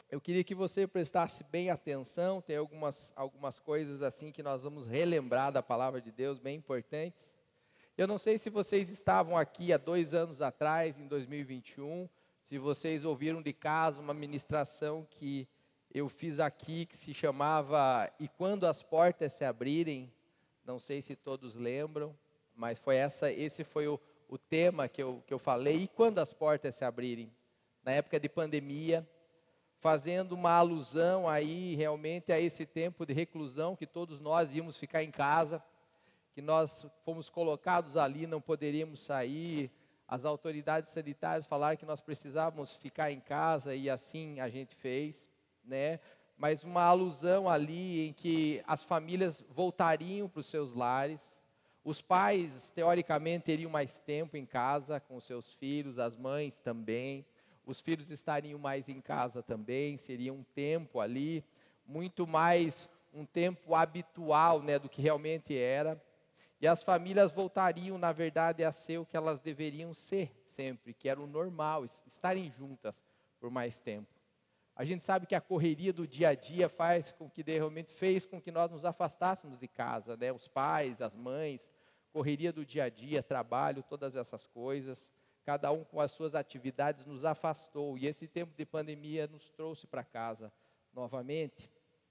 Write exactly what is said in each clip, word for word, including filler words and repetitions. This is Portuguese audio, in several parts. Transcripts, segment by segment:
eu queria que você prestasse bem atenção, tem algumas, algumas coisas assim que nós vamos relembrar da palavra de Deus, bem importantes. Eu não sei se vocês estavam aqui há dois anos atrás, em dois mil e vinte e um, se vocês ouviram de casa uma ministração que eu fiz aqui, que se chamava E Quando as Portas Se Abrirem. Não sei se todos lembram, mas foi essa, esse foi o, o tema que eu, que eu falei, E Quando as Portas Se Abrirem. Na época de pandemia, fazendo uma alusão aí realmente a esse tempo de reclusão que todos nós íamos ficar em casa, que nós fomos colocados ali, não poderíamos sair, as autoridades sanitárias falaram que nós precisávamos ficar em casa e assim a gente fez, né? Mas uma alusão ali em que as famílias voltariam para os seus lares, os pais teoricamente teriam mais tempo em casa com os seus filhos, as mães também, os filhos estariam mais em casa também, seria um tempo ali, muito mais um tempo habitual, né, do que realmente era. E as famílias voltariam, na verdade, a ser o que elas deveriam ser sempre, que era o normal, estarem juntas por mais tempo. A gente sabe que a correria do dia a dia faz com que, realmente fez com que nós nos afastássemos de casa, né? Os pais, as mães, correria do dia a dia, trabalho, todas essas coisas, cada um com as suas atividades nos afastou. E esse tempo de pandemia nos trouxe para casa novamente.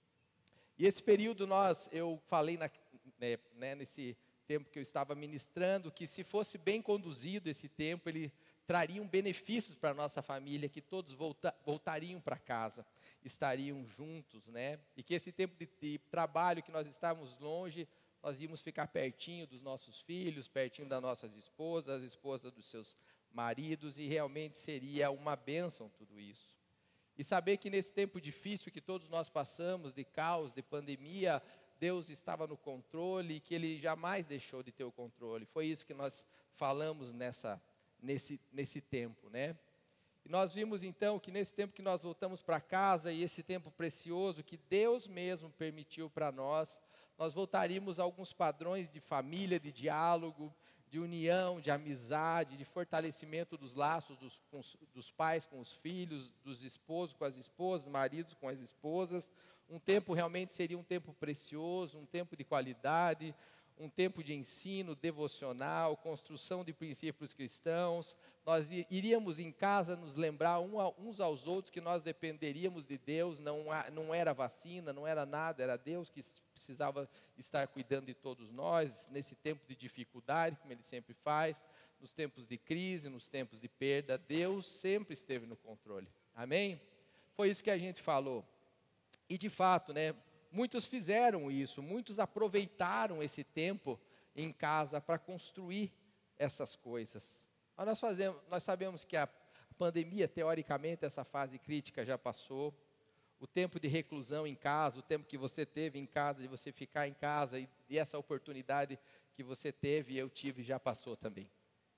E esse período nós, eu falei na, né, né, nesse tempo que eu estava ministrando, que se fosse bem conduzido esse tempo, ele traria benefícios para a nossa família, que todos volta, voltariam para casa, estariam juntos, né? E que esse tempo de, de trabalho, que nós estávamos longe, nós íamos ficar pertinho dos nossos filhos, pertinho das nossas esposas, as esposas dos seus maridos, e realmente seria uma bênção tudo isso. E saber que nesse tempo difícil que todos nós passamos, de caos, de pandemia, Deus estava no controle e que Ele jamais deixou de ter o controle. Foi isso que nós falamos nessa, nesse, nesse tempo, né? E nós vimos então que nesse tempo que nós voltamos para casa, e esse tempo precioso que Deus mesmo permitiu para nós, nós voltaríamos a alguns padrões de família, de diálogo, de união, de amizade, de fortalecimento dos laços dos, com, dos pais com os filhos, dos esposos com as esposas, maridos com as esposas. Um tempo realmente seria um tempo precioso, um tempo de qualidade, um tempo de ensino devocional, construção de princípios cristãos. Nós iríamos em casa nos lembrar uns aos outros que nós dependeríamos de Deus, não, não era vacina, não era nada, era Deus que precisava estar cuidando de todos nós, nesse tempo de dificuldade, como Ele sempre faz, nos tempos de crise, nos tempos de perda, Deus sempre esteve no controle. Amém? Foi isso que a gente falou. E de fato, né, muitos fizeram isso, muitos aproveitaram esse tempo em casa para construir essas coisas. Mas nós, fazemos, nós sabemos que a pandemia, teoricamente, essa fase crítica já passou. O tempo de reclusão em casa, o tempo que você teve em casa, de você ficar em casa, e, e essa oportunidade que você teve e eu tive, já passou também.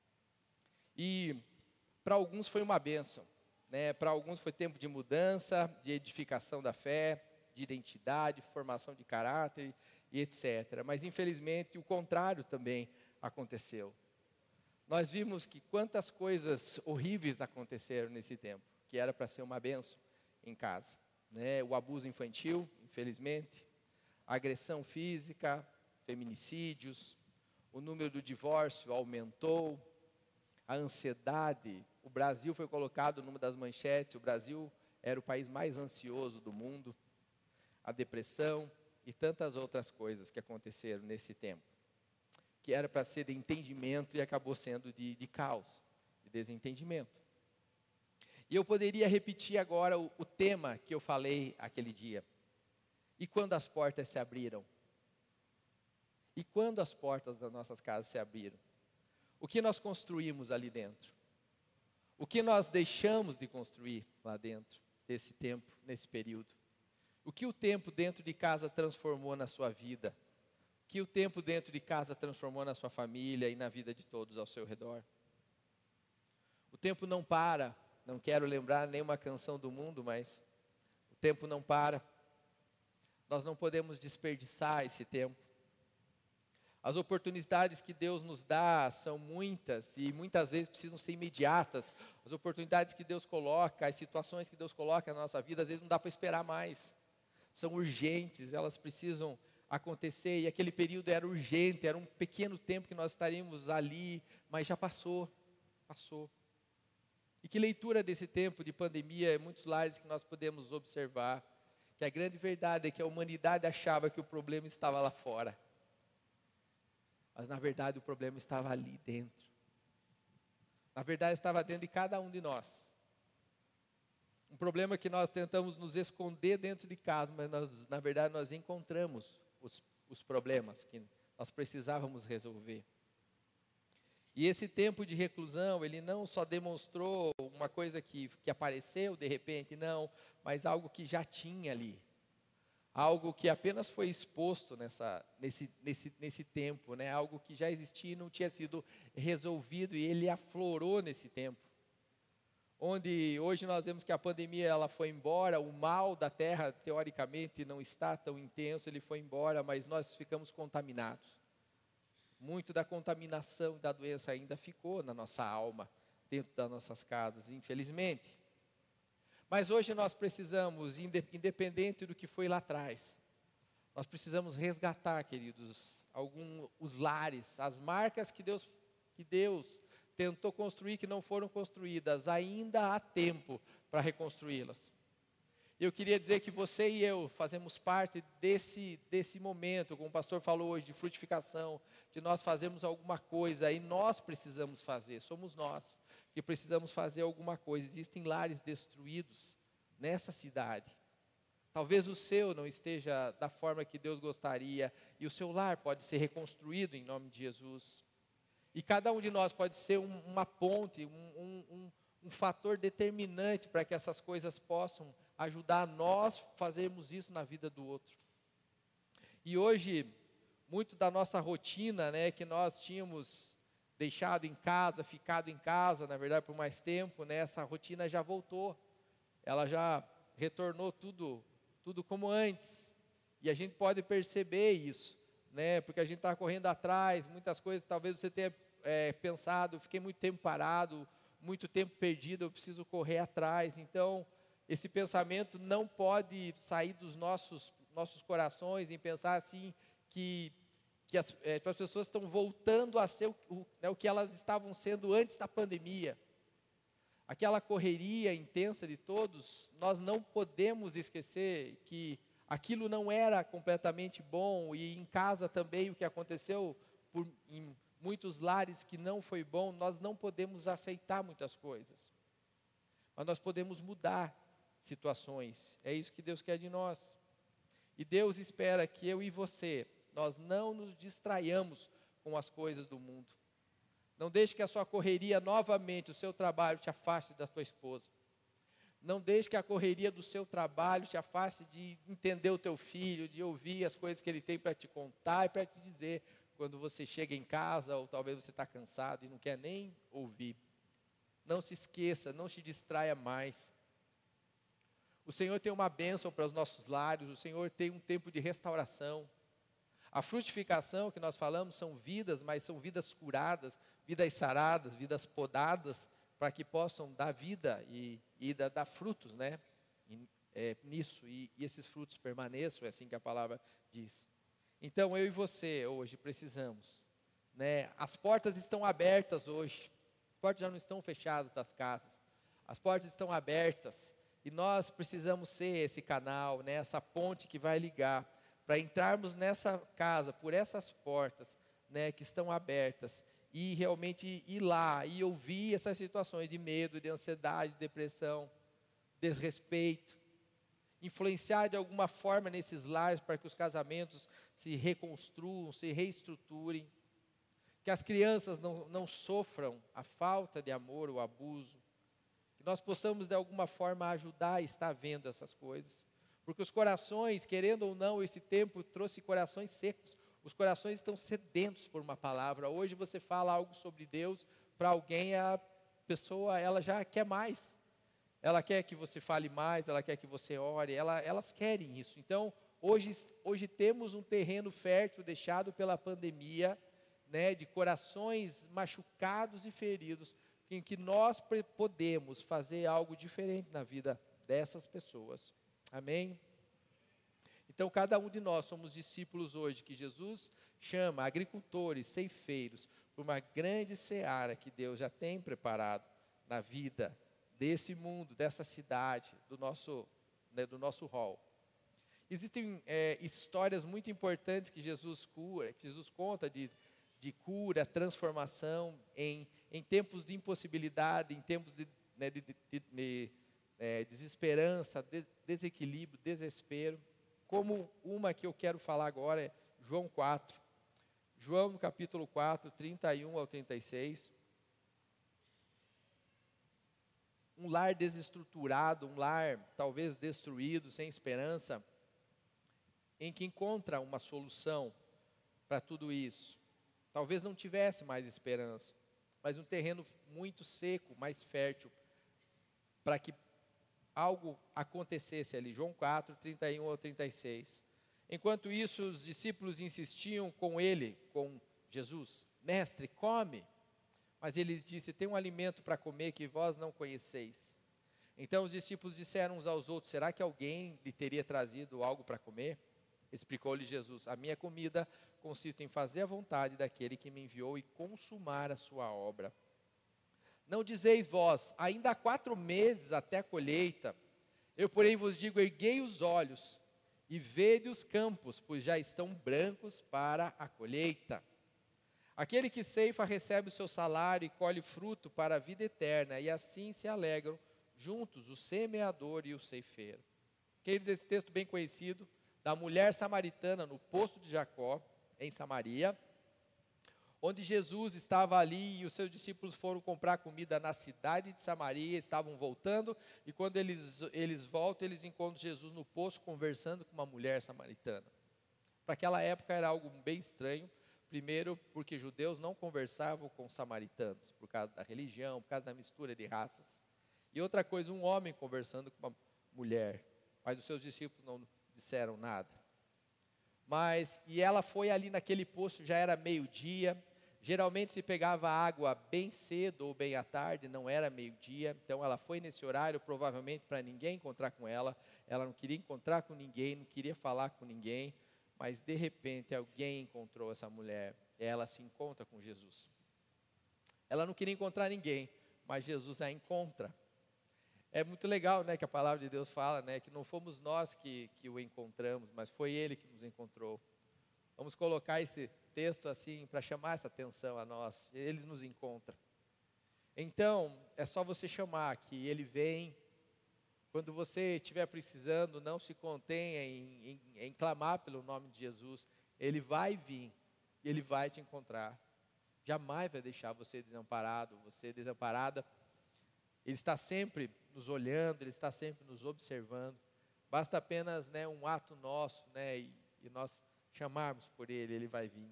E para alguns foi uma bênção. Né, para alguns foi tempo de mudança, de edificação da fé, de identidade, formação de caráter e etcétera. Mas infelizmente o contrário também aconteceu. Nós vimos que quantas coisas horríveis aconteceram nesse tempo, que era para ser uma bênção em casa. Né, o abuso infantil, infelizmente, a agressão física, feminicídios, o número do divórcio aumentou, a ansiedade. O Brasil foi colocado numa das manchetes, o Brasil era o país mais ansioso do mundo, a depressão e tantas outras coisas que aconteceram nesse tempo, que era para ser de entendimento e acabou sendo de, de caos, de desentendimento. E eu poderia repetir agora o, o tema que eu falei aquele dia. E quando as portas se abriram? E quando as portas das nossas casas se abriram? O que nós construímos ali dentro? O que nós deixamos de construir lá dentro desse tempo, nesse período? O que o tempo dentro de casa transformou na sua vida? O que o tempo dentro de casa transformou na sua família e na vida de todos ao seu redor? O tempo não para, não quero lembrar nenhuma canção do mundo, mas o tempo não para. Nós não podemos desperdiçar esse tempo. As oportunidades que Deus nos dá são muitas e muitas vezes precisam ser imediatas. As oportunidades que Deus coloca, as situações que Deus coloca na nossa vida, às vezes não dá para esperar mais. São urgentes, elas precisam acontecer, e aquele período era urgente, era um pequeno tempo que nós estaríamos ali, mas já passou, passou. E que leitura desse tempo de pandemia, em muitos lares que nós podemos observar, que a grande verdade é que a humanidade achava que o problema estava lá fora, mas na verdade o problema estava ali dentro. Na verdade estava dentro de cada um de nós. Um problema que nós tentamos nos esconder dentro de casa, mas nós, na verdade nós encontramos os, os problemas que nós precisávamos resolver. E esse tempo de reclusão, ele não só demonstrou uma coisa que, que apareceu de repente, não, mas algo que já tinha ali. Algo que apenas foi exposto nessa, nesse, nesse, nesse tempo, né? Algo que já existia e não tinha sido resolvido, e ele aflorou nesse tempo. Onde hoje nós vemos que a pandemia ela foi embora, o mal da terra teoricamente não está tão intenso, ele foi embora, mas nós ficamos contaminados. Muito da contaminação da doença ainda ficou na nossa alma, dentro das nossas casas, infelizmente. Mas hoje nós precisamos, independente do que foi lá atrás, nós precisamos resgatar, queridos, alguns os lares, as marcas que Deus, que Deus tentou construir, que não foram construídas, ainda há tempo para reconstruí-las. Eu queria dizer que você e eu fazemos parte desse, desse momento, como o pastor falou hoje, de frutificação, de nós fazermos alguma coisa, e nós precisamos fazer, somos nós que precisamos fazer alguma coisa. Existem lares destruídos nessa cidade. Talvez o seu não esteja da forma que Deus gostaria, e o seu lar pode ser reconstruído em nome de Jesus. E cada um de nós pode ser um, uma ponte, um, um, um, um fator determinante para que essas coisas possam ajudar nós a fazermos isso na vida do outro. E hoje, muito da nossa rotina, né, que nós tínhamos deixado em casa, ficado em casa, na verdade, por mais tempo, né, essa rotina já voltou. Ela já retornou tudo, tudo como antes. E a gente pode perceber isso, né, porque a gente está correndo atrás, muitas coisas, talvez você tenha é, pensado, fiquei muito tempo parado, muito tempo perdido, eu preciso correr atrás. Então, esse pensamento não pode sair dos nossos, nossos corações, em pensar assim, que, que as, é, as pessoas estão voltando a ser o, o, né, o que elas estavam sendo antes da pandemia. Aquela correria intensa de todos, nós não podemos esquecer que aquilo não era completamente bom, e em casa também o que aconteceu por, em muitos lares que não foi bom, nós não podemos aceitar muitas coisas. Mas nós podemos mudar situações, é isso que Deus quer de nós. E Deus espera que eu e você, nós não nos distraiamos com as coisas do mundo. Não deixe que a sua correria novamente, o seu trabalho te afaste da tua esposa. Não deixe que a correria do seu trabalho te afaste de entender o teu filho, de ouvir as coisas que ele tem para te contar e para te dizer quando você chega em casa, ou talvez você está cansado e não quer nem ouvir. Não se esqueça, não se distraia mais. O Senhor tem uma bênção para os nossos lares, o Senhor tem um tempo de restauração. A frutificação que nós falamos são vidas, mas são vidas curadas, vidas saradas, vidas podadas, para que possam dar vida e, e dar, dar frutos, né? E, é, nisso, e, e esses frutos permaneçam, é assim que a palavra diz. Então, eu e você hoje precisamos, né? As portas estão abertas hoje, as portas já não estão fechadas das casas, as portas estão abertas, e nós precisamos ser esse canal, né? Essa ponte que vai ligar, para entrarmos nessa casa, por essas portas, né, que estão abertas, e realmente ir lá e ouvir essas situações de medo, de ansiedade, de depressão, desrespeito, influenciar de alguma forma nesses lares para que os casamentos se reconstruam, se reestruturem, que as crianças não, não sofram a falta de amor, o abuso, que nós possamos de alguma forma ajudar a estar vendo essas coisas. Porque os corações, querendo ou não, esse tempo trouxe corações secos. Os corações estão sedentos por uma palavra. Hoje você fala algo sobre Deus para alguém, a pessoa ela já quer mais. Ela quer que você fale mais, ela quer que você ore, ela, elas querem isso. Então, hoje, hoje temos um terreno fértil deixado pela pandemia, né, de corações machucados e feridos, em que nós podemos fazer algo diferente na vida dessas pessoas. Amém? Então, cada um de nós somos discípulos hoje, que Jesus chama agricultores, ceifeiros, para uma grande seara que Deus já tem preparado na vida desse mundo, dessa cidade, do nosso, né, do nosso hall. Existem é, histórias muito importantes que Jesus cura, que Jesus conta de, de cura, transformação em, em tempos de impossibilidade, em tempos de, né, de, de, de, de é, desesperança, des, desequilíbrio, desespero. Como uma que eu quero falar agora é João quatro. João no capítulo quatro, trinta e um ao trinta e seis. Um lar desestruturado, um lar talvez destruído, sem esperança, em que encontra uma solução para tudo isso. Talvez não tivesse mais esperança, mas um terreno muito seco, mais fértil, para que algo acontecesse ali. João quatro, trinta e um ao trinta e seis. Enquanto isso, os discípulos insistiam com ele, com Jesus: mestre, come. Mas ele lhes disse: tem um alimento para comer que vós não conheceis. Então os discípulos disseram uns aos outros: será que alguém lhe teria trazido algo para comer? Explicou-lhe Jesus: a minha comida consiste em fazer a vontade daquele que me enviou e consumar a sua obra. Não dizeis vós: ainda há quatro meses até a colheita. Eu, porém, vos digo: erguei os olhos e vede os campos, pois já estão brancos para a colheita. Aquele que ceifa recebe o seu salário e colhe fruto para a vida eterna, e assim se alegram juntos o semeador e o ceifeiro. Queridos, esse texto bem conhecido da mulher samaritana no poço de Jacó, em Samaria, onde Jesus estava ali e os seus discípulos foram comprar comida na cidade de Samaria, estavam voltando, e quando eles, eles voltam, eles encontram Jesus no poço conversando com uma mulher samaritana. Para aquela época era algo bem estranho, primeiro porque judeus não conversavam com samaritanos, por causa da religião, por causa da mistura de raças. E outra coisa, um homem conversando com uma mulher, mas os seus discípulos não disseram nada. Mas, e ela foi ali naquele poço, já era meio-dia. Geralmente se pegava água bem cedo ou bem à tarde, não era meio-dia. Então ela foi nesse horário, provavelmente para ninguém encontrar com ela. Ela não queria encontrar com ninguém, não queria falar com ninguém. Mas de repente alguém encontrou essa mulher. E ela se encontra com Jesus. Ela não queria encontrar ninguém, mas Jesus a encontra. É muito legal, né, que a palavra de Deus fala, né, que não fomos nós que, que o encontramos, mas foi Ele que nos encontrou. Vamos colocar esse texto assim, para chamar essa atenção a nós. Ele nos encontra. Então, é só você chamar que Ele vem. Quando você estiver precisando, não se contenha em, em, em clamar pelo nome de Jesus. Ele vai vir, Ele vai te encontrar. Jamais vai deixar você desamparado, você desamparada. Ele está sempre nos olhando, Ele está sempre nos observando. Basta apenas, né, um ato nosso, né, e, e nós chamarmos por Ele, Ele vai vir.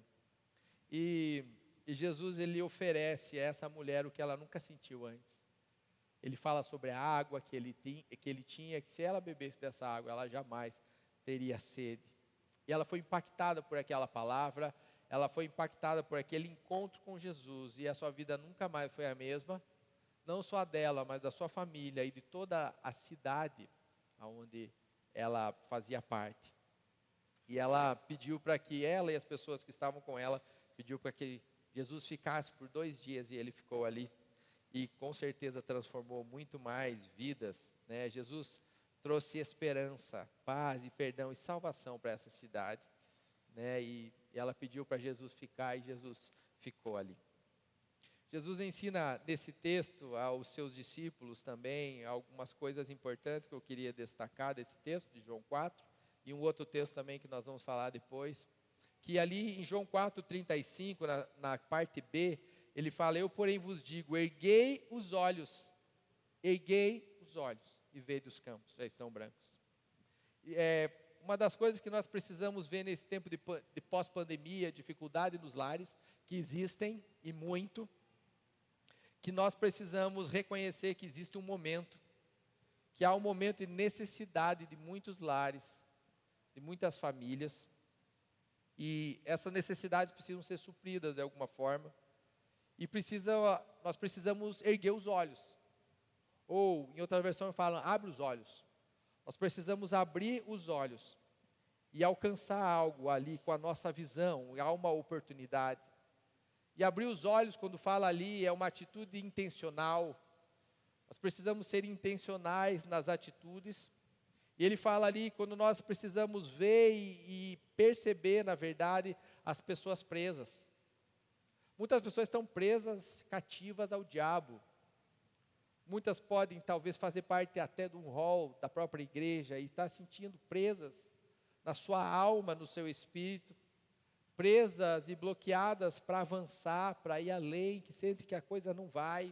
E, e Jesus, Ele oferece a essa mulher o que ela nunca sentiu antes. Ele fala sobre a água que ele, ti, que ele tinha, que se ela bebesse dessa água, ela jamais teria sede. E ela foi impactada por aquela palavra, ela foi impactada por aquele encontro com Jesus, e a sua vida nunca mais foi a mesma. Não só a dela, mas da sua família e de toda a cidade onde ela fazia parte. E ela pediu para que ela e as pessoas que estavam com ela, pediu para que Jesus ficasse por dois dias, e ele ficou ali. E com certeza transformou muito mais vidas, né? Jesus trouxe esperança, paz e perdão e salvação para essa cidade, né? E, e ela pediu para Jesus ficar, e Jesus ficou ali. Jesus ensina nesse texto aos seus discípulos também algumas coisas importantes que eu queria destacar desse texto de João quatro, e um outro texto também que nós vamos falar depois, que ali em João quatro, trinta e cinco, na, na parte B, ele fala: eu porém vos digo, erguei os olhos, erguei os olhos e vede os campos, já estão brancos. E, é, uma das coisas que nós precisamos ver nesse tempo de, de pós-pandemia, dificuldade nos lares, que existem e muito, que nós precisamos reconhecer que existe um momento, que há um momento de necessidade de muitos lares, de muitas famílias, e essas necessidades precisam ser supridas de alguma forma, e precisa, nós precisamos erguer os olhos, ou em outra versão falam, abre os olhos. Nós precisamos abrir os olhos e alcançar algo ali com a nossa visão, há uma oportunidade. E abrir os olhos, quando fala ali, é uma atitude intencional. Nós precisamos ser intencionais nas atitudes. E ele fala ali, quando nós precisamos ver e, e perceber, na verdade, as pessoas presas. Muitas pessoas estão presas, cativas ao diabo. Muitas podem, talvez, fazer parte até de um rol da própria igreja e estar sentindo presas na sua alma, no seu espírito, presas e bloqueadas para avançar, para ir além, que sente que a coisa não vai.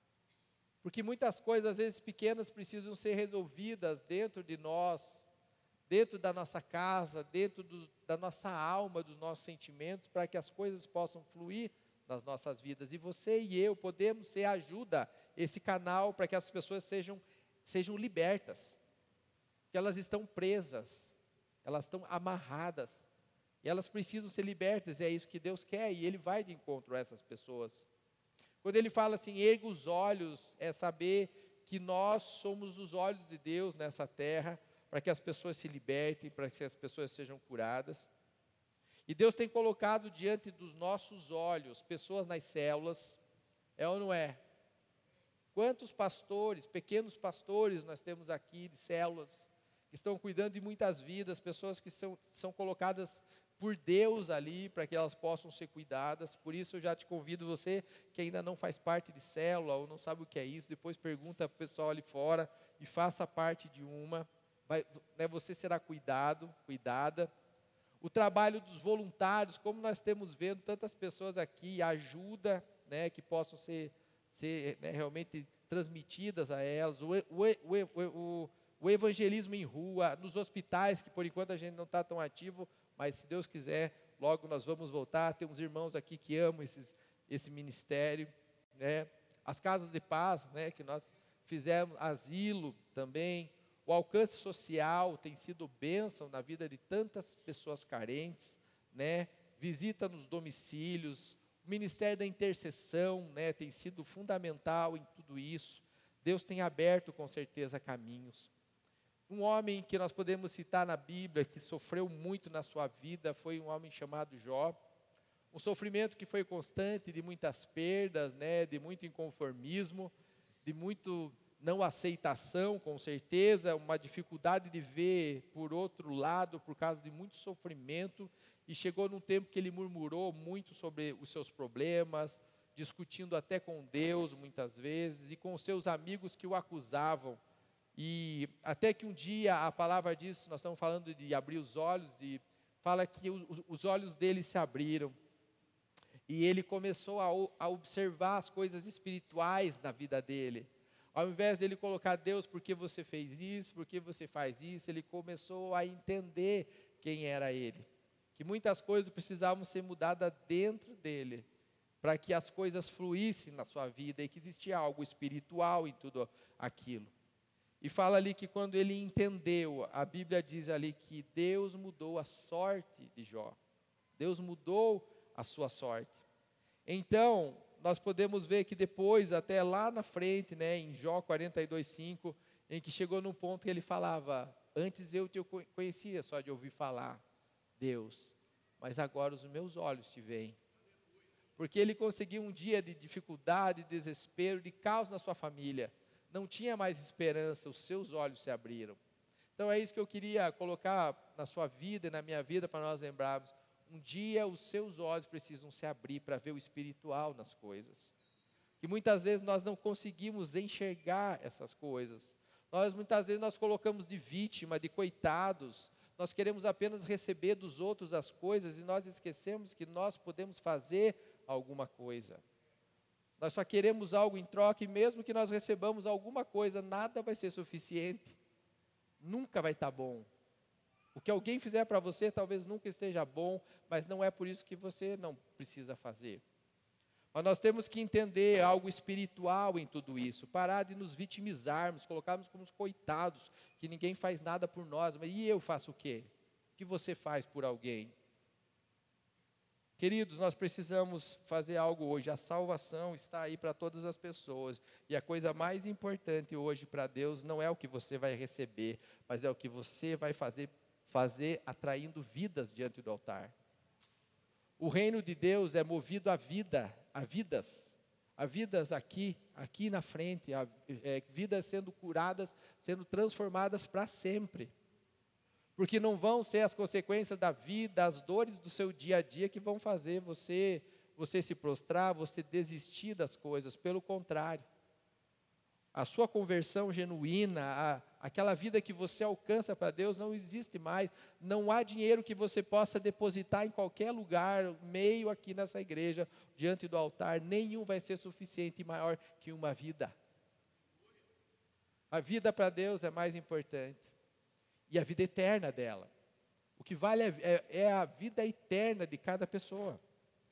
Porque muitas coisas, às vezes pequenas, precisam ser resolvidas dentro de nós, dentro da nossa casa, dentro do, da nossa alma, dos nossos sentimentos, para que as coisas possam fluir nas nossas vidas. E você e eu podemos ser ajuda, esse canal, para que as pessoas sejam, sejam libertas. Que elas estão presas, elas estão amarradas, e elas precisam ser libertas, e é isso que Deus quer, e Ele vai de encontro a essas pessoas. Quando Ele fala assim, erga os olhos, é saber que nós somos os olhos de Deus nessa terra, para que as pessoas se libertem, para que as pessoas sejam curadas. E Deus tem colocado diante dos nossos olhos pessoas nas células, é ou não é? Quantos pastores, pequenos pastores nós temos aqui de células, que estão cuidando de muitas vidas, pessoas que são, são colocadas por Deus ali, para que elas possam ser cuidadas. Por isso eu já te convido, você que ainda não faz parte de célula, ou não sabe o que é isso, depois pergunta para o pessoal ali fora, e faça parte de uma, vai, né, você será cuidado, cuidada. O trabalho dos voluntários, como nós temos vendo tantas pessoas aqui, ajuda, né, que possam ser, ser né, realmente transmitidas a elas, o, o, o, o, o evangelismo em rua, nos hospitais, que por enquanto a gente não está tão ativo, mas se Deus quiser, logo nós vamos voltar. Tem uns irmãos aqui que amam esses, esse ministério, né, as casas de paz, né, que nós fizemos, asilo também. O alcance social tem sido bênção na vida de tantas pessoas carentes, né? Visita nos domicílios, o ministério da intercessão, né, tem sido fundamental em tudo isso. Deus tem aberto com certeza caminhos. Um homem que nós podemos citar na Bíblia, que sofreu muito na sua vida, foi um homem chamado Jó. Um sofrimento que foi constante, de muitas perdas, né, de muito inconformismo, de muito não aceitação, com certeza, uma dificuldade de ver por outro lado, por causa de muito sofrimento, e chegou num tempo que ele murmurou muito sobre os seus problemas, discutindo até com Deus muitas vezes, e com os seus amigos que o acusavam, e até que um dia, a palavra diz, nós estamos falando de abrir os olhos, e fala que os, os olhos dele se abriram, e ele começou a, a observar as coisas espirituais na vida dele. Ao invés dele colocar, Deus, por que você fez isso, por que você faz isso, ele começou a entender quem era ele. Que muitas coisas precisavam ser mudadas dentro dele, para que as coisas fluíssem na sua vida, e que existia algo espiritual em tudo aquilo. E fala ali que quando ele entendeu, a Bíblia diz ali que Deus mudou a sorte de Jó. Deus mudou a sua sorte. Então, nós podemos ver que depois, até lá na frente, né, em Jó quarenta e dois, cinco, em que chegou num ponto que ele falava, antes eu te conhecia só de ouvir falar, Deus, mas agora os meus olhos te veem. Porque ele conseguiu um dia de dificuldade, de desespero, de caos na sua família, não tinha mais esperança, os seus olhos se abriram. Então é isso que eu queria colocar na sua vida e na minha vida, para nós lembrarmos. Um dia os seus olhos precisam se abrir para ver o espiritual nas coisas. E muitas vezes nós não conseguimos enxergar essas coisas. Nós muitas vezes nós colocamos de vítima, de coitados. Nós queremos apenas receber dos outros as coisas e nós esquecemos que nós podemos fazer alguma coisa. Nós só queremos algo em troca, e mesmo que nós recebamos alguma coisa, nada vai ser suficiente. Nunca vai estar bom. O que alguém fizer para você talvez nunca esteja bom, mas não é por isso que você não precisa fazer. Mas nós temos que entender algo espiritual em tudo isso, parar de nos vitimizarmos, colocarmos como os coitados, que ninguém faz nada por nós, mas e eu faço o quê? que você faz por alguém? Queridos, nós precisamos fazer algo hoje. A salvação está aí para todas as pessoas. E a coisa mais importante hoje para Deus não é o que você vai receber, mas é o que você vai fazer, fazer atraindo vidas diante do altar. O reino de Deus é movido à vida, a vidas. A vidas aqui, aqui na frente, a, é, vidas sendo curadas, sendo transformadas para sempre. Porque não vão ser as consequências da vida, as dores do seu dia a dia que vão fazer você, você se prostrar, você desistir das coisas. Pelo contrário, a sua conversão genuína, a, aquela vida que você alcança para Deus não existe mais. Não há dinheiro que você possa depositar em qualquer lugar, meio aqui nessa igreja, diante do altar, nenhum vai ser suficiente e maior que uma vida. A vida para Deus é mais importante. E a vida eterna dela. O que vale é, é a vida eterna de cada pessoa.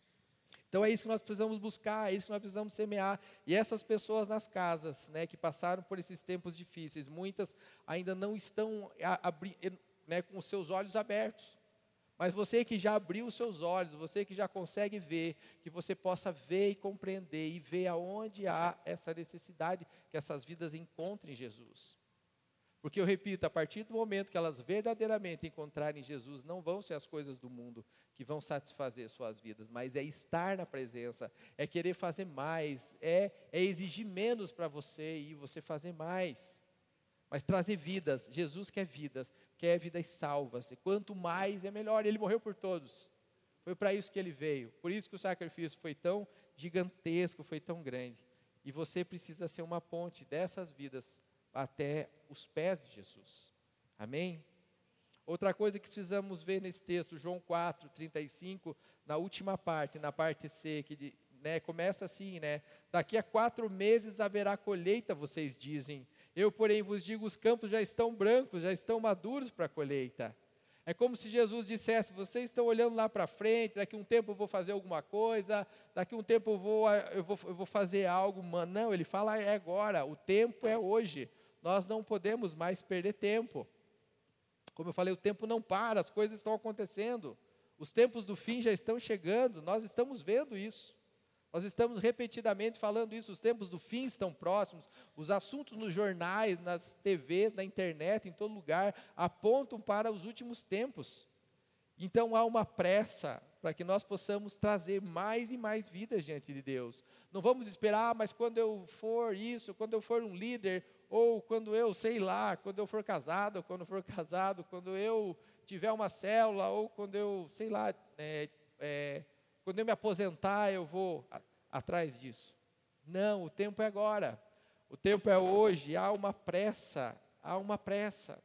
Então é isso que nós precisamos buscar, é isso que nós precisamos semear. E essas pessoas nas casas, né, que passaram por esses tempos difíceis, muitas ainda não estão abri, né, com os seus olhos abertos. Mas você que já abriu os seus olhos, você que já consegue ver, que você possa ver e compreender, e ver aonde há essa necessidade que essas vidas encontrem Jesus. Porque eu repito, a partir do momento que elas verdadeiramente encontrarem Jesus, não vão ser as coisas do mundo que vão satisfazer suas vidas, mas é estar na presença, é querer fazer mais, é, é exigir menos para você e você fazer mais. Mas trazer vidas, Jesus quer vidas, quer vidas salvas, e quanto mais é melhor, Ele morreu por todos. Foi para isso que Ele veio, por isso que o sacrifício foi tão gigantesco, foi tão grande. E você precisa ser uma ponte dessas vidas até os pés de Jesus. Amém? Outra coisa que precisamos ver nesse texto, João quatro, trinta e cinco, na última parte, na parte C, que né, começa assim, né? Daqui a quatro meses haverá colheita, vocês dizem. Eu, porém, vos digo, os campos já estão brancos, já estão maduros para a colheita. É como se Jesus dissesse, vocês estão olhando lá para frente, daqui a um tempo eu vou fazer alguma coisa, daqui a um tempo eu vou, eu vou, eu vou fazer algo. Não, ele fala, é agora, o tempo é hoje. Nós não podemos mais perder tempo. Como eu falei, o tempo não para, as coisas estão acontecendo. Os tempos do fim já estão chegando, nós estamos vendo isso. Nós estamos repetidamente falando isso, os tempos do fim estão próximos. Os assuntos nos jornais, nas T Vs, na internet, em todo lugar, apontam para os últimos tempos. Então há uma pressa para que nós possamos trazer mais e mais vidas diante de Deus. Não vamos esperar, mas quando eu for isso, quando eu for um líder, ou quando eu, sei lá, quando eu for casado, ou quando eu for casado, quando eu tiver uma célula, ou quando eu, sei lá, é, é, quando eu me aposentar, eu vou a, atrás disso. Não, o tempo é agora. O tempo é hoje, há uma pressa, há uma pressa.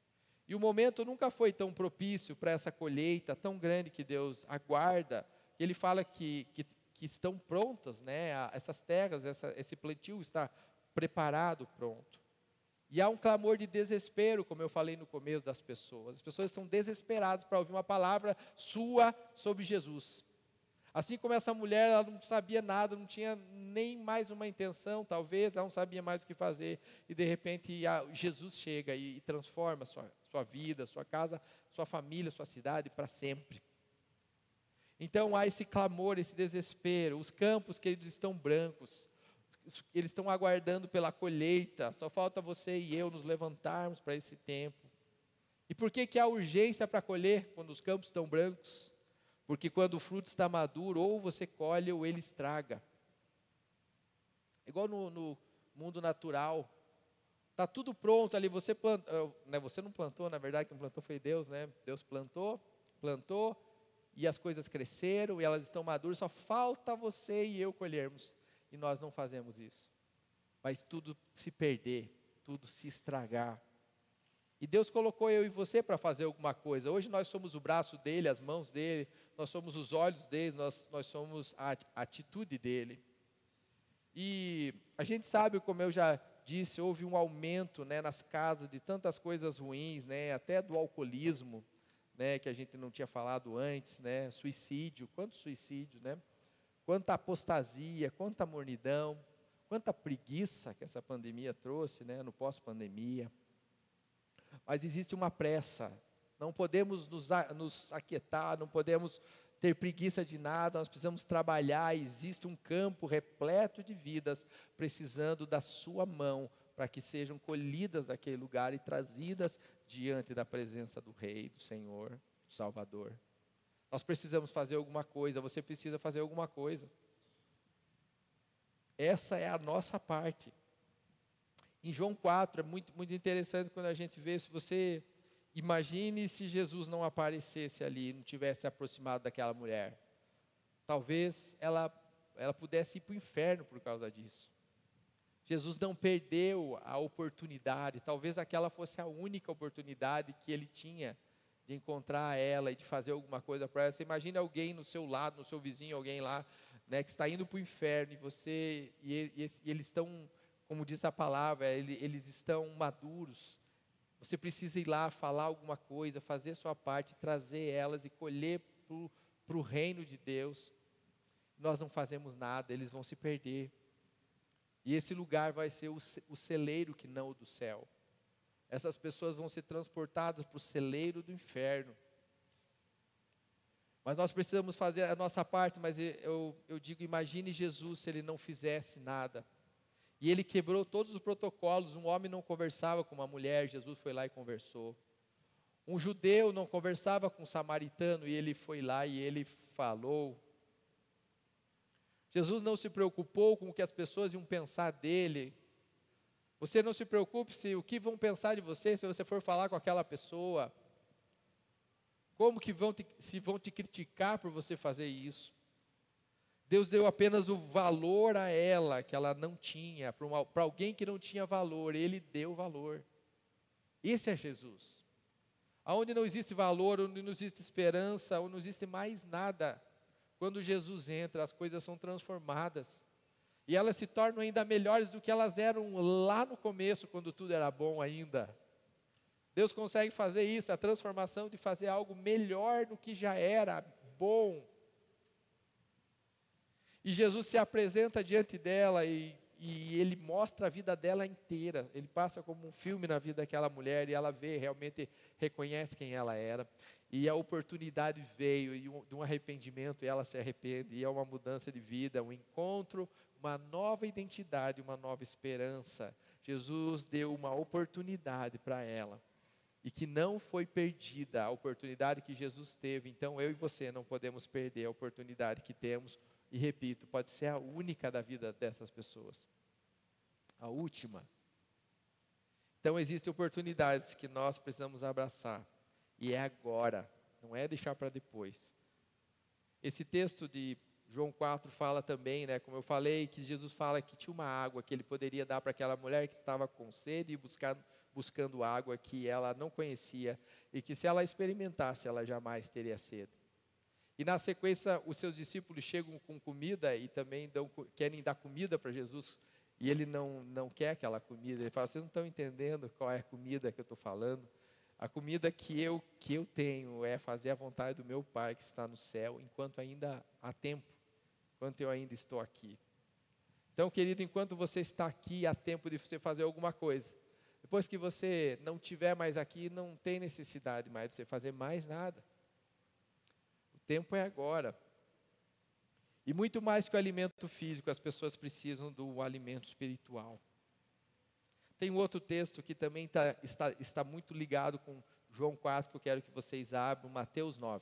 E o momento nunca foi tão propício para essa colheita tão grande que Deus aguarda. Ele fala que, que, que estão prontas, né, essas terras, essa, esse plantio está preparado, pronto. E há um clamor de desespero, como eu falei no começo, das pessoas. As pessoas são desesperadas para ouvir uma palavra sua sobre Jesus. Assim como essa mulher, ela não sabia nada, não tinha nem mais uma intenção, talvez, ela não sabia mais o que fazer. E de repente Jesus chega e, e transforma a sua, sua vida, sua casa, sua família, sua cidade para sempre. Então há esse clamor, esse desespero. Os campos, queridos, estão brancos. Eles estão aguardando pela colheita. Só falta você e eu nos levantarmos para esse tempo. E por que que há urgência para colher quando os campos estão brancos? Porque quando o fruto está maduro, ou você colhe ou ele estraga. Igual no, no mundo natural. Está tudo pronto ali, você plantou, né, você não plantou, na verdade, quem plantou foi Deus, né? Deus plantou, plantou, e as coisas cresceram, e elas estão maduras, só falta você e eu colhermos. E nós não fazemos isso. Mas tudo se perder, tudo se estragar. E Deus colocou eu e você para fazer alguma coisa. Hoje nós somos o braço dele, as mãos dele, nós somos os olhos dele, nós, nós somos a atitude dele. E a gente sabe, como eu já disse, houve um aumento, né, nas casas de tantas coisas ruins, né, até do alcoolismo, né, que a gente não tinha falado antes, né, suicídio, quantos suicídios, né? Quanta apostasia, quanta mornidão, quanta preguiça que essa pandemia trouxe, né, no pós-pandemia. Mas existe uma pressa, Não podemos nos, a- nos aquietar, não podemos ter preguiça de nada, nós precisamos trabalhar. Existe um campo repleto de vidas precisando da sua mão para que sejam colhidas daquele lugar e trazidas diante da presença do Rei, do Senhor, do Salvador. Nós precisamos fazer alguma coisa, você precisa fazer alguma coisa. Essa é a nossa parte. Em João quatro, é muito, muito interessante quando a gente vê, se você imagine se Jesus não aparecesse ali, não tivesse aproximado daquela mulher. Talvez ela, ela pudesse ir para o inferno por causa disso. Jesus não perdeu a oportunidade, talvez aquela fosse a única oportunidade que ele tinha de encontrar ela e de fazer alguma coisa para ela. Você imagina alguém no seu lado, no seu vizinho, alguém lá, né, que está indo para o inferno, e você, e, e, e eles estão, como diz a palavra, ele, eles estão maduros. Você precisa ir lá, falar alguma coisa, fazer a sua parte, trazer elas e colher para o reino de Deus. Nós não fazemos nada, eles vão se perder. E esse lugar vai ser o, o celeiro que não o do céu. Essas pessoas vão ser transportadas para o celeiro do inferno. Mas nós precisamos fazer a nossa parte, mas eu, eu digo, imagine Jesus se ele não fizesse nada. E ele quebrou todos os protocolos. Um homem não conversava com uma mulher, Jesus foi lá e conversou. Um judeu não conversava com um samaritano, e ele foi lá e ele falou. Jesus não se preocupou com o que as pessoas iam pensar dele. Você não se preocupe se o que vão pensar de você se você for falar com aquela pessoa. Como que vão te, se vão te criticar por você fazer isso? Deus deu apenas o valor a ela que ela não tinha, para alguém que não tinha valor, Ele deu valor. Esse é Jesus. Aonde não existe valor, onde não existe esperança, onde não existe mais nada, quando Jesus entra, as coisas são transformadas. E elas se tornam ainda melhores do que elas eram lá no começo, quando tudo era bom ainda. Deus consegue fazer isso, a transformação de fazer algo melhor do que já era bom. E Jesus se apresenta diante dela e, e ele mostra a vida dela inteira. Ele passa como um filme na vida daquela mulher e ela vê, realmente reconhece quem ela era. E a oportunidade veio e um, de um arrependimento, e ela se arrepende, e é uma mudança de vida, um encontro, uma nova identidade, uma nova esperança. Jesus deu uma oportunidade para ela, e que não foi perdida a oportunidade que Jesus teve. Então eu e você não podemos perder a oportunidade que temos, e repito, pode ser a única da vida dessas pessoas, a última. Então existem oportunidades que nós precisamos abraçar, e é agora, não é deixar para depois. Esse texto de João quatro fala também, né, como eu falei, que Jesus fala que tinha uma água que ele poderia dar para aquela mulher que estava com sede e buscar, buscando água que ela não conhecia, e que se ela experimentasse, ela jamais teria sede. E na sequência, os seus discípulos chegam com comida e também dão, querem dar comida para Jesus, e ele não, não quer aquela comida. Ele fala, vocês não estão entendendo qual é a comida que eu estou falando? A comida que eu, que eu tenho é fazer a vontade do meu Pai que está no céu, enquanto ainda há tempo, enquanto eu ainda estou aqui. Então, querido, enquanto você está aqui, há tempo de você fazer alguma coisa. Depois que você não estiver mais aqui, não tem necessidade mais de você fazer mais nada. O tempo é agora. E muito mais que o alimento físico, as pessoas precisam do alimento espiritual. Tem um outro texto que também tá, está, está muito ligado com João quatro, que eu quero que vocês abram, Mateus nove.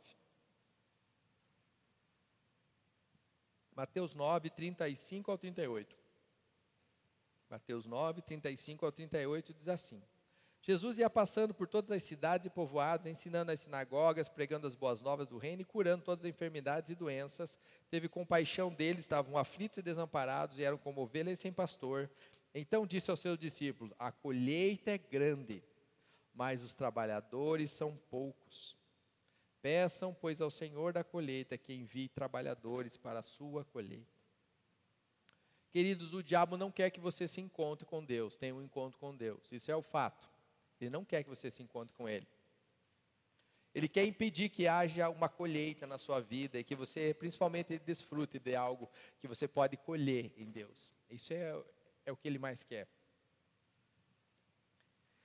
Mateus nove, trinta e cinco ao trinta e oito. Mateus nove, trinta e cinco ao trinta e oito diz assim: Jesus ia passando por todas as cidades e povoados, ensinando nas sinagogas, pregando as boas novas do reino e curando todas as enfermidades e doenças. Teve compaixão deles, estavam aflitos e desamparados e eram como ovelhas sem pastor. Então disse aos seus discípulos: a colheita é grande, mas os trabalhadores são poucos. Peçam, pois, ao Senhor da colheita que envie trabalhadores para a sua colheita. Queridos, o diabo não quer que você se encontre com Deus, tenha um encontro com Deus. Isso é o fato. Ele não quer que você se encontre com Ele. Ele quer impedir que haja uma colheita na sua vida e que você, principalmente, desfrute de algo que você pode colher em Deus. Isso é, é o que Ele mais quer.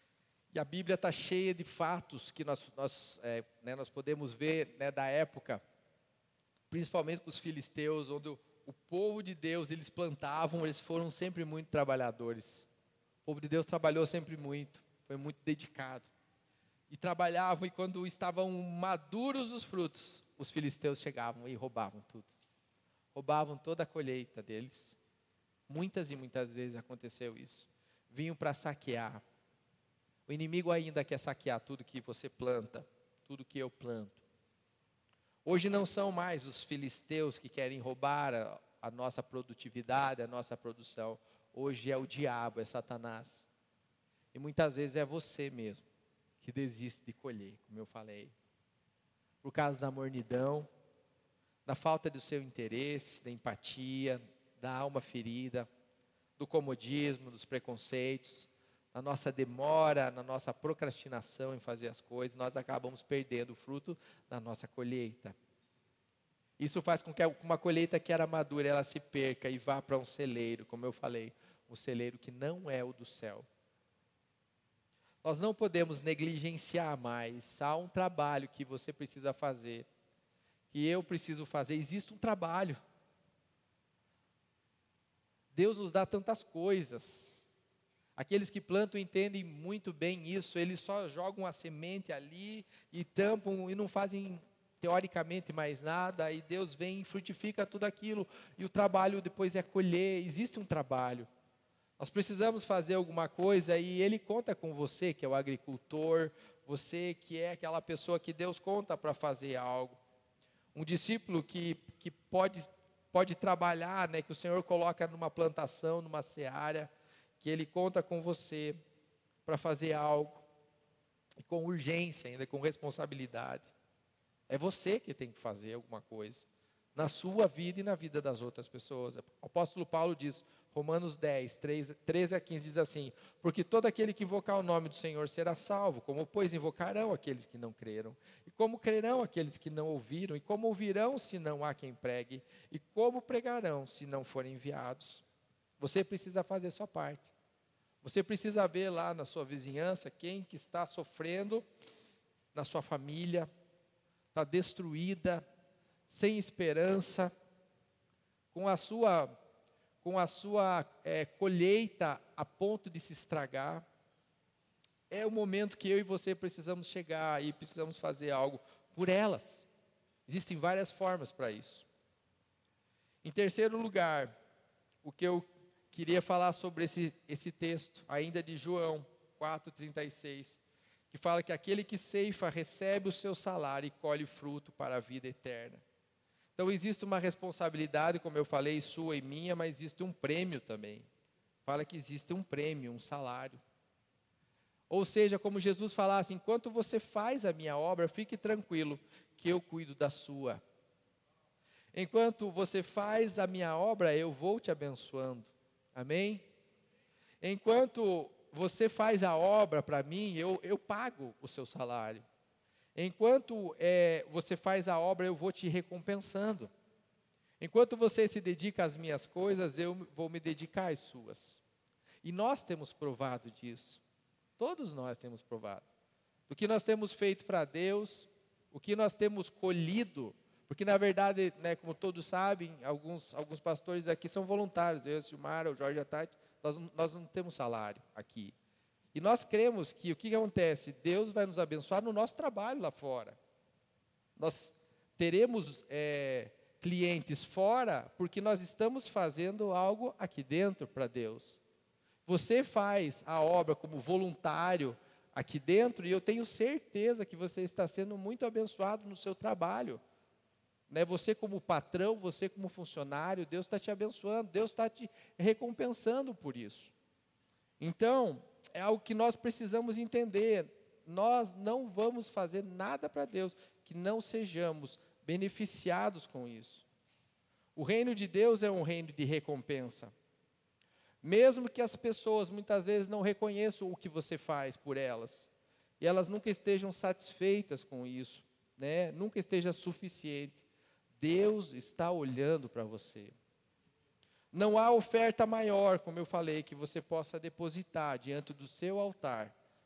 E a Bíblia está cheia de fatos que nós, nós, é, né, nós podemos ver, né, da época, principalmente com os filisteus, onde o, o povo de Deus, eles plantavam, eles foram sempre muito trabalhadores. O povo de Deus trabalhou sempre muito, foi muito dedicado. E trabalhavam, e quando estavam maduros os frutos, os filisteus chegavam e roubavam tudo. Roubavam toda a colheita deles. Muitas e muitas vezes aconteceu isso. Vinham para saquear. O inimigo ainda quer saquear tudo que você planta, tudo que eu planto. Hoje não são mais os filisteus que querem roubar a, a nossa produtividade, a nossa produção. Hoje é o diabo, é Satanás. E muitas vezes é você mesmo que desiste de colher, como eu falei. Por causa da mornidão, da falta do seu interesse, da empatia, da alma ferida, do comodismo, dos preconceitos, na nossa demora, na nossa procrastinação em fazer as coisas, nós acabamos perdendo o fruto da nossa colheita. Isso faz com que uma colheita que era madura, ela se perca e vá para um celeiro, como eu falei, um celeiro que não é o do céu. Nós não podemos negligenciar mais. Há um trabalho que você precisa fazer, que eu preciso fazer. Existe um trabalho. Deus nos dá tantas coisas. Aqueles que plantam entendem muito bem isso. Eles só jogam a semente ali e tampam e não fazem teoricamente mais nada. E Deus vem e frutifica tudo aquilo. E o trabalho depois é colher. Existe um trabalho. Nós precisamos fazer alguma coisa e Ele conta com você, que é o agricultor, você que é aquela pessoa que Deus conta para fazer algo. Um discípulo que, que pode, pode trabalhar, né, que o Senhor coloca numa plantação, numa seara, que Ele conta com você para fazer algo, e com urgência ainda, com responsabilidade. É você que tem que fazer alguma coisa, na sua vida e na vida das outras pessoas. O apóstolo Paulo diz, Romanos dez, treze a quinze, diz assim: porque todo aquele que invocar o nome do Senhor será salvo, como pois invocarão aqueles que não creram, e como crerão aqueles que não ouviram, e como ouvirão se não há quem pregue, e como pregarão se não forem enviados. Você precisa fazer a sua parte. Você precisa ver lá na sua vizinhança quem que está sofrendo, na sua família, está destruída, sem esperança, com a sua, com a sua é, colheita a ponto de se estragar. É o momento que eu e você precisamos chegar e precisamos fazer algo por elas. Existem várias formas para isso. Em terceiro lugar, o que eu queria falar sobre esse, esse texto, ainda de João quatro, trinta e seis, que fala que aquele que ceifa recebe o seu salário e colhe fruto para a vida eterna. Então existe uma responsabilidade, como eu falei, sua e minha, mas existe um prêmio também. Fala que existe um prêmio, um salário. Ou seja, como Jesus falasse, enquanto você faz a minha obra, fique tranquilo, que eu cuido da sua. Enquanto você faz a minha obra, eu vou te abençoando. Amém? Enquanto você faz a obra para mim, eu, eu pago o seu salário. Enquanto é, você faz a obra, eu vou te recompensando. Enquanto você se dedica às minhas coisas, eu vou me dedicar às suas. E nós temos provado disso. Todos nós temos provado. Do que nós temos feito para Deus, o que nós temos colhido. Porque, na verdade, né, como todos sabem, alguns, alguns pastores aqui são voluntários. Eu, o Silmar, o Jorge Atati, nós, nós não temos salário aqui. E nós cremos que o que, que acontece? Deus vai nos abençoar no nosso trabalho lá fora. Nós teremos é, clientes fora porque nós estamos fazendo algo aqui dentro para Deus. Você faz a obra como voluntário aqui dentro e eu tenho certeza que você está sendo muito abençoado no seu trabalho. Né? Você como patrão, você como funcionário, Deus está te abençoando, Deus está te recompensando por isso. Então, é algo que nós precisamos entender. Nós não vamos fazer nada para Deus que não sejamos beneficiados com isso. O reino de Deus é um reino de recompensa. Mesmo que as pessoas muitas vezes não reconheçam o que você faz por elas, e elas nunca estejam satisfeitas com isso, né? Nunca esteja suficiente, Deus está olhando para você. Não há oferta maior, como eu falei, que você possa depositar diante do seu altar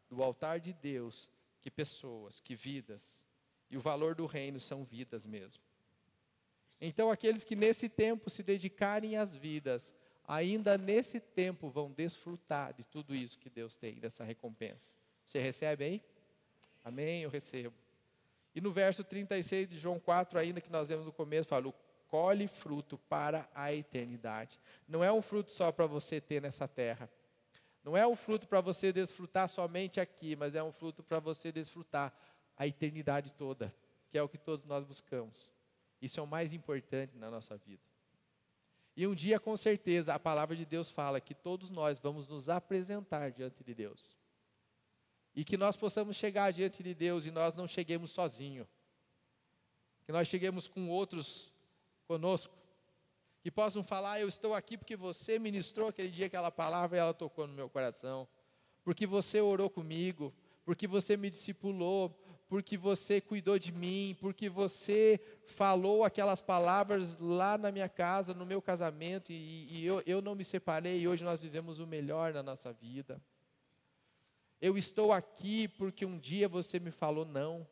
do altar de Deus que pessoas, que vidas. E o valor do reino são vidas mesmo. Então, aqueles que nesse tempo se dedicarem às vidas, ainda nesse tempo vão desfrutar de tudo isso que Deus tem, dessa recompensa. Você recebe aí? Amém? Eu recebo. E no verso trinta e seis de João quatro, ainda que nós lemos no começo, fala, colhe fruto para a eternidade. Não é um fruto só para você ter nessa terra. Não é um fruto para você desfrutar somente aqui, mas é um fruto para você desfrutar a eternidade toda, que é o que todos nós buscamos. Isso é o mais importante na nossa vida. E um dia, com certeza, a palavra de Deus fala que todos nós vamos nos apresentar diante de Deus. E que nós possamos chegar diante de Deus e nós não cheguemos sozinhos. Que nós cheguemos com outros conosco. Que possam falar, eu estou aqui porque você ministrou aquele dia aquela palavra e ela tocou no meu coração. Porque você orou comigo, porque você me discipulou, porque você cuidou de mim, porque você falou aquelas palavras lá na minha casa, no meu casamento, e, e eu, eu não me separei, e hoje nós vivemos o melhor na nossa vida. Eu estou aqui porque um dia você me falou não.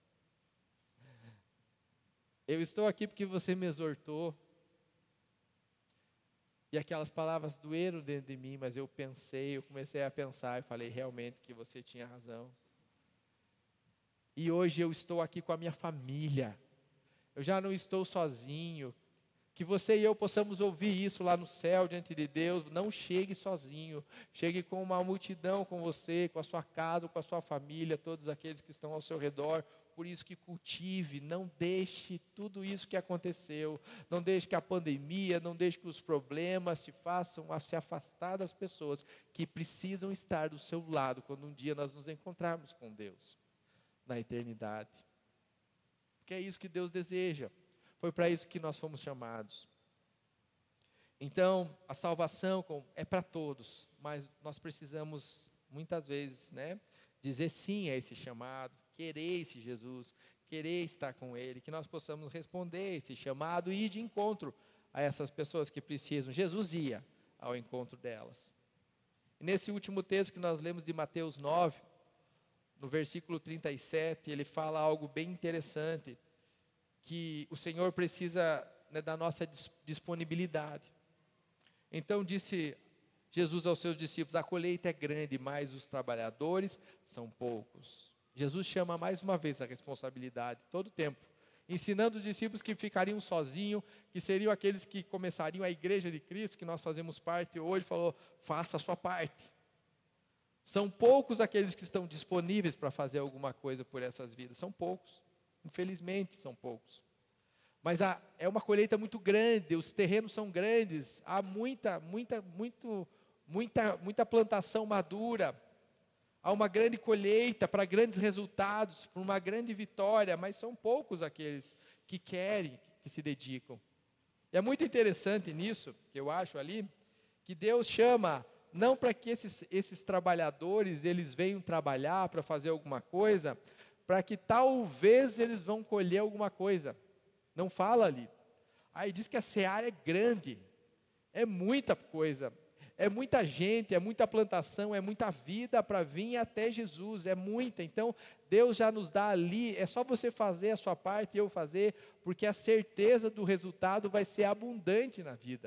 Eu estou aqui porque você me exortou. E aquelas palavras doeram dentro de mim, mas eu pensei, eu comecei a pensar e falei realmente que você tinha razão. E hoje eu estou aqui com a minha família. Eu já não estou sozinho. Que você e eu possamos ouvir isso lá no céu, diante de Deus. Não chegue sozinho. Chegue com uma multidão com você, com a sua casa, com a sua família, todos aqueles que estão ao seu redor. Por isso que cultive, não deixe tudo isso que aconteceu. Não deixe que a pandemia, não deixe que os problemas te façam a se afastar das pessoas que precisam estar do seu lado quando um dia nós nos encontrarmos com Deus. Na eternidade. Porque é isso que Deus deseja. Foi para isso que nós fomos chamados. Então, a salvação é para todos, mas nós precisamos, muitas vezes, né, dizer sim a esse chamado, querer esse Jesus, querer estar com Ele, que nós possamos responder esse chamado e ir de encontro a essas pessoas que precisam. Jesus ia ao encontro delas. E nesse último texto que nós lemos de Mateus nove, no versículo trinta e sete, ele fala algo bem interessante, que o Senhor precisa, né, da nossa disponibilidade. Então disse Jesus aos seus discípulos, a colheita é grande, mas os trabalhadores são poucos. Jesus chama mais uma vez a responsabilidade, todo o tempo, ensinando os discípulos que ficariam sozinhos, que seriam aqueles que começariam a igreja de Cristo, que nós fazemos parte hoje, falou, faça a sua parte. São poucos aqueles que estão disponíveis para fazer alguma coisa por essas vidas. São poucos. Infelizmente, são poucos. Mas há, é uma colheita muito grande, os terrenos são grandes, há muita, muita, muito, muita, muita plantação madura. Há uma grande colheita para grandes resultados, para uma grande vitória, mas são poucos aqueles que querem, que se dedicam. E é muito interessante nisso, que eu acho ali, que Deus chama... Não para que esses, esses trabalhadores, eles venham trabalhar para fazer alguma coisa, para que talvez eles vão colher alguma coisa. Não fala ali. Aí diz que a seara é grande, é muita coisa, é muita gente, é muita plantação, é muita vida para vir até Jesus, é muita. Então, Deus já nos dá ali, é só você fazer a sua parte e eu fazer, porque a certeza do resultado vai ser abundante na vida.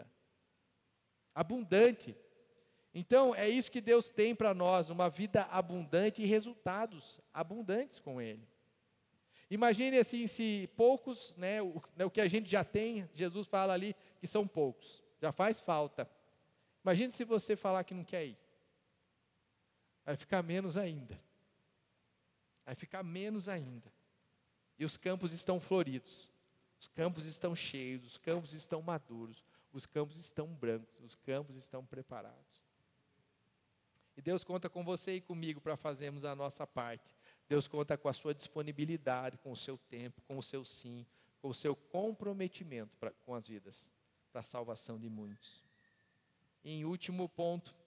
Abundante. Então, é isso que Deus tem para nós, uma vida abundante e resultados abundantes com Ele. Imagine assim, se poucos, né, o, né, o que a gente já tem, Jesus fala ali que são poucos, já faz falta. Imagine se você falar que não quer ir. Vai ficar menos ainda. Vai ficar menos ainda. E os campos estão floridos, os campos estão cheios, os campos estão maduros, os campos estão brancos, os campos estão preparados. E Deus conta com você e comigo para fazermos a nossa parte. Deus conta com a sua disponibilidade, com o seu tempo, com o seu sim, com o seu comprometimento pra, com as vidas, para a salvação de muitos. E em último ponto,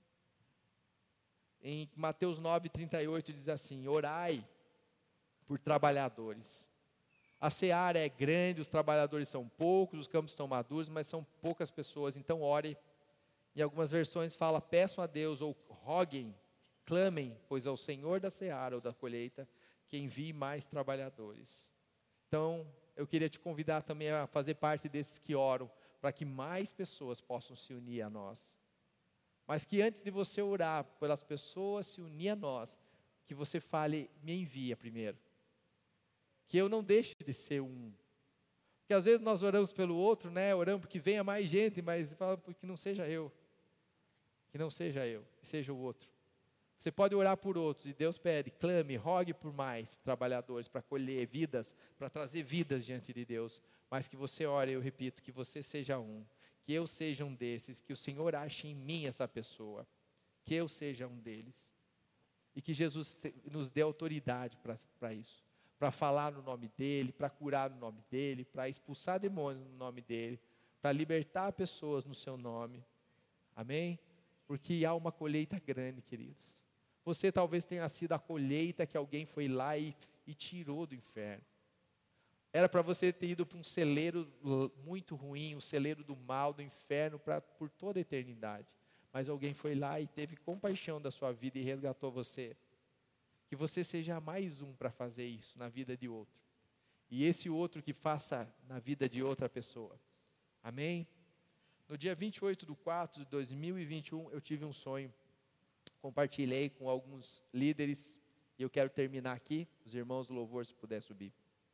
em Mateus nove, trinta e oito diz assim, orai por trabalhadores. A seara é grande, os trabalhadores são poucos, os campos estão maduros, mas são poucas pessoas, então ore. Em algumas versões fala, peçam a Deus, ou roguem, Clamem, pois ao Senhor da seara ou da colheita, que envie mais trabalhadores. Então, eu queria te convidar também a fazer parte desses que oram, para que mais pessoas possam se unir a nós. Mas que antes de você orar pelas pessoas se unir a nós, que você fale, me envia primeiro. Que eu não deixe de ser um. Porque às vezes nós oramos pelo outro, né? Oramos porque venha mais gente, mas fala que não seja eu. Que não seja eu, que seja o outro. Você pode orar por outros e Deus pede, clame, rogue por mais trabalhadores, para colher vidas, para trazer vidas diante de Deus. Mas que você ore, eu repito, que você seja um, que eu seja um desses, que o Senhor ache em mim essa pessoa, que eu seja um deles. E que Jesus nos dê autoridade para isso, para falar no nome dEle, para curar no nome dEle, para expulsar demônios no nome dEle, para libertar pessoas no seu nome. Amém? Porque há uma colheita grande, queridos. Você talvez tenha sido a colheita que alguém foi lá e, e tirou do inferno. Era para você ter ido para um celeiro muito ruim, um celeiro do mal, do inferno, pra, por toda a eternidade. Mas alguém foi lá e teve compaixão da sua vida e resgatou você. Que você seja mais um para fazer isso na vida de outro. E esse outro que faça na vida de outra pessoa. Amém? No dia vinte e oito de quatro de dois mil e vinte e um, eu tive um sonho. Compartilhei com alguns líderes. E eu quero terminar aqui. Os irmãos do louvor, se puder subir.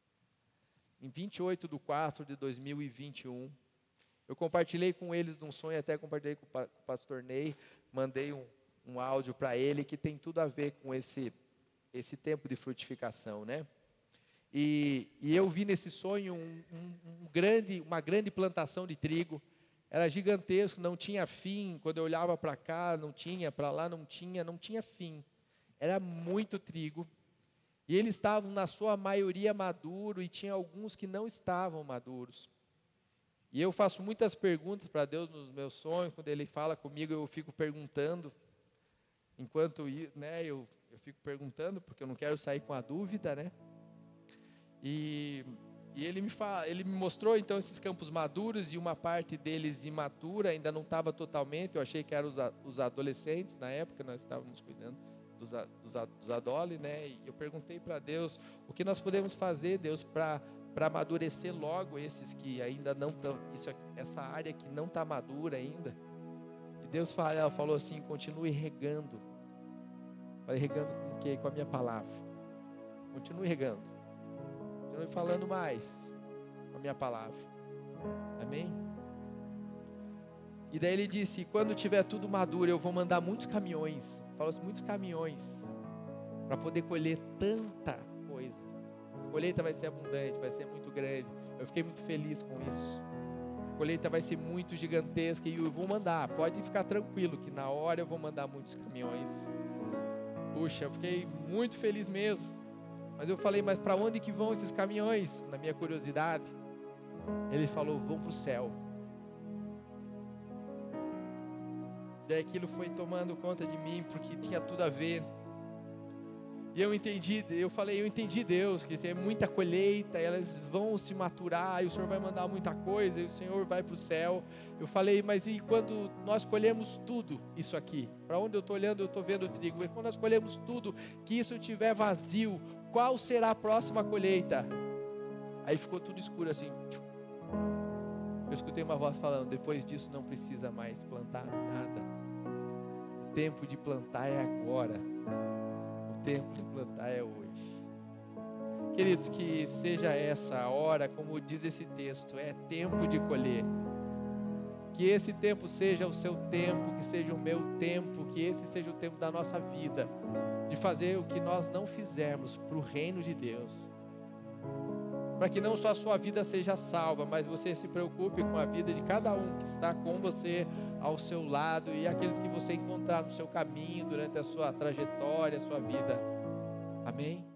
Em vinte e oito de quatro de dois mil e vinte e um, eu compartilhei com eles de um sonho, até compartilhei com o pastor Ney. Mandei um, um áudio para ele que tem tudo a ver com esse, esse tempo de frutificação, né? E, e eu vi nesse sonho um, um, um grande, uma grande plantação de trigo. Era gigantesco, não tinha fim. Quando eu olhava para cá, não tinha, para lá não tinha, não tinha fim. Era muito trigo. E eles estavam, na sua maioria, maduros, e tinha alguns que não estavam maduros. E eu faço muitas perguntas para Deus nos meus sonhos. Quando Ele fala comigo, eu fico perguntando. Enquanto né, eu, eu fico perguntando, porque eu não quero sair com a dúvida, né? E... E ele me, fala, ele me mostrou então esses campos maduros e uma parte deles imatura, ainda não estava totalmente. Eu achei que eram os, os adolescentes, na época nós estávamos cuidando dos, dos, dos adolescentes, né? E eu perguntei para Deus, o que nós podemos fazer, Deus, para amadurecer logo esses que ainda não estão, essa área que não está madura ainda. E Deus fala, ela falou assim, continue regando. Falei, regando com o quê? Com a minha palavra. Continue regando. Continue falando mais com a minha palavra. Amém? E daí ele disse, quando tiver tudo maduro, eu vou mandar muitos caminhões. Falou assim, muitos caminhões. Para poder colher tanta coisa. A colheita vai ser abundante, vai ser muito grande. Eu fiquei muito feliz com isso. A colheita vai ser muito gigantesca e eu vou mandar. Pode ficar tranquilo que na hora eu vou mandar muitos caminhões. Puxa, eu fiquei muito feliz mesmo. Mas eu falei, mas para onde que vão esses caminhões? Na minha curiosidade. Ele falou, vão para o céu. Daí aquilo foi tomando conta de mim, porque tinha tudo a ver. E eu entendi, eu falei, eu entendi Deus, que isso é muita colheita, elas vão se maturar, e o Senhor vai mandar muita coisa, e o Senhor vai para o céu. Eu falei, mas e quando nós colhemos tudo isso aqui? Para onde eu estou olhando, eu estou vendo o trigo. E quando nós colhemos tudo, que isso estiver vazio, qual será a próxima colheita? Aí ficou tudo escuro assim. Eu escutei uma voz falando, depois disso não precisa mais plantar nada. O tempo de plantar é agora. O tempo de plantar é hoje. Queridos, que seja essa a hora, como diz esse texto, é tempo de colher. Que esse tempo seja o seu tempo, que seja o meu tempo, que esse seja o tempo da nossa vida, de fazer o que nós não fizermos para o reino de Deus. Para que não só a sua vida seja salva, mas você se preocupe com a vida de cada um que está com você, ao seu lado, e aqueles que você encontrar no seu caminho, durante a sua trajetória, a sua vida. Amém?